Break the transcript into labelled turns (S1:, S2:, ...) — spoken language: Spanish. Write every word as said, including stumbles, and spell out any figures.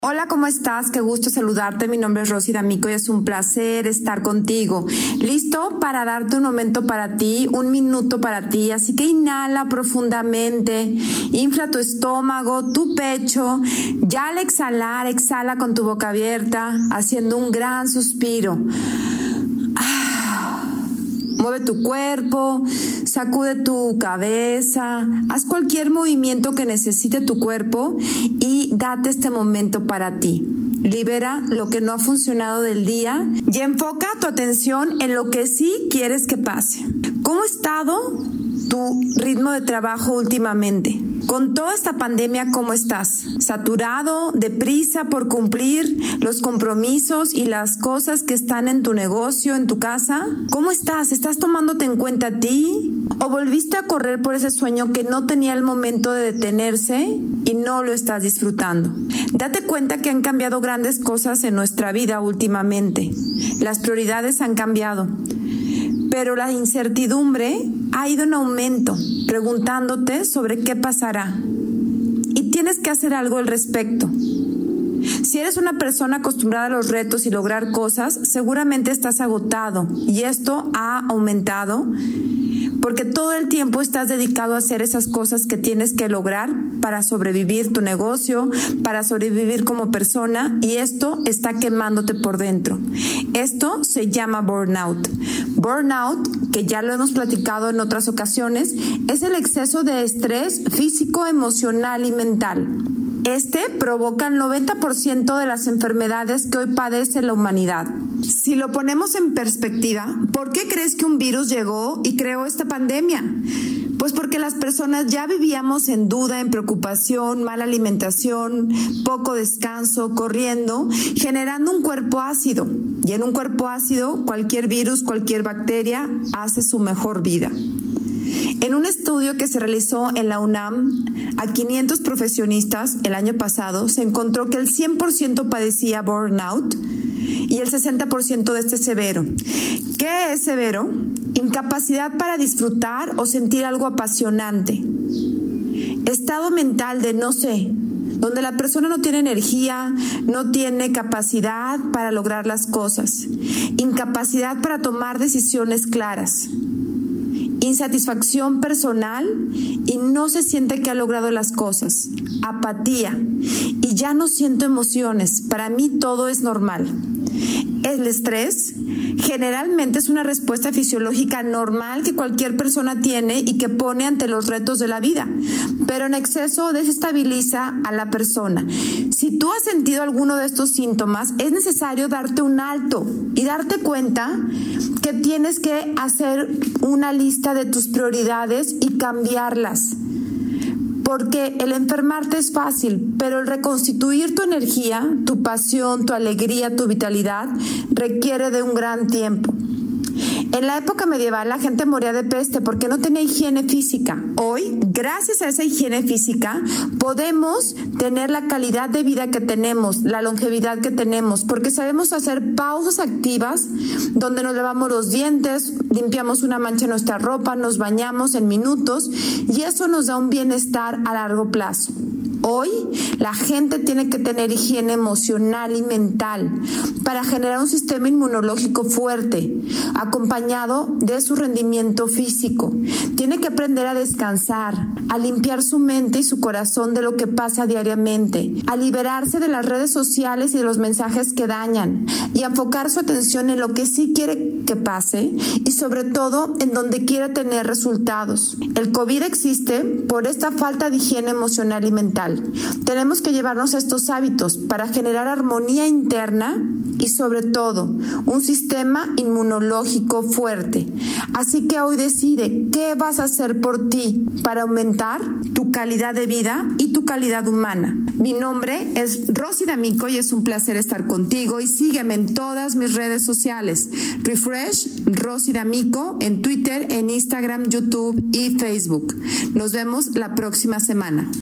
S1: Hola, ¿cómo estás? Qué gusto saludarte. Mi nombre es Rosy D'Amico y es un placer estar contigo. ¿Listo para darte un momento para ti, un minuto para ti? Así que inhala profundamente, infla tu estómago, tu pecho. Ya al exhalar, exhala con tu boca abierta, haciendo un gran suspiro. Mueve tu cuerpo, sacude tu cabeza, haz cualquier movimiento que necesite tu cuerpo y date este momento para ti. Libera lo que no ha funcionado del día y enfoca tu atención en lo que sí quieres que pase. ¿Cómo ha estado tu ritmo de trabajo últimamente? Con toda esta pandemia, ¿cómo estás? ¿Saturado, deprisa por cumplir los compromisos y las cosas que están en tu negocio, en tu casa? ¿Cómo estás? ¿Estás tomándote en cuenta a ti? ¿O volviste a correr por ese sueño que no tenía el momento de detenerse y no lo estás disfrutando? Date cuenta que han cambiado grandes cosas en nuestra vida últimamente. Las prioridades han cambiado. Pero la incertidumbre ha ido en aumento, preguntándote sobre qué pasará. Y tienes que hacer algo al respecto. Si eres una persona acostumbrada a los retos y lograr cosas, seguramente estás agotado. Y esto ha aumentado porque todo el tiempo estás dedicado a hacer esas cosas que tienes que lograr para sobrevivir tu negocio, para sobrevivir como persona, y esto está quemándote por dentro. Esto se llama burnout. Burnout, que ya lo hemos platicado en otras ocasiones, es el exceso de estrés físico, emocional y mental. Este provoca el noventa por ciento de las enfermedades que hoy padece la humanidad. Si lo ponemos en perspectiva, ¿por qué crees que un virus llegó y creó esta pandemia? Pues porque las personas ya vivíamos en duda, en preocupación, mala alimentación, poco descanso, corriendo, generando un cuerpo ácido. Y en un cuerpo ácido, cualquier virus, cualquier bacteria hace su mejor vida. En un estudio que se realizó en la UNAM a quinientos profesionistas el año pasado, se encontró que el cien por ciento padecía burnout y el sesenta por ciento de este severo. ¿Qué es severo? Incapacidad para disfrutar o sentir algo apasionante. Estado mental de no sé, donde la persona no tiene energía, no tiene capacidad para lograr las cosas. Incapacidad para tomar decisiones claras. Insatisfacción personal y no se siente que ha logrado las cosas. Apatía y ya no siento emociones. Para mí todo es normal. El estrés generalmente es una respuesta fisiológica normal que cualquier persona tiene y que pone ante los retos de la vida, pero en exceso desestabiliza a la persona. Si tú has sentido alguno de estos síntomas, es necesario darte un alto y darte cuenta que tienes que hacer una lista de tus prioridades y cambiarlas. Porque el enfermarte es fácil, pero el reconstituir tu energía, tu pasión, tu alegría, tu vitalidad, requiere de un gran tiempo. En la época medieval la gente moría de peste porque no tenía higiene física. Hoy, gracias a esa higiene física, podemos tener la calidad de vida que tenemos, la longevidad que tenemos, porque sabemos hacer pausas activas donde nos lavamos los dientes, limpiamos una mancha en nuestra ropa, nos bañamos en minutos y eso nos da un bienestar a largo plazo. Hoy la gente tiene que tener higiene emocional y mental para generar un sistema inmunológico fuerte, acompañado de su rendimiento físico. Tiene que aprender a descansar, a limpiar su mente y su corazón de lo que pasa diariamente, a liberarse de las redes sociales y de los mensajes que dañan y a enfocar su atención en lo que sí quiere que pase y sobre todo en donde quiere tener resultados. El COVID existe por esta falta de higiene emocional y mental. Tenemos que llevarnos estos hábitos para generar armonía interna y sobre todo un sistema inmunológico fuerte. Así que hoy decide qué vas a hacer por ti para aumentar tu calidad de vida y tu calidad humana. Mi nombre es Rosy D'Amico y es un placer estar contigo y sígueme en todas mis redes sociales. Refresh Rosy D'Amico en Twitter, en Instagram, YouTube y Facebook. Nos vemos la próxima semana.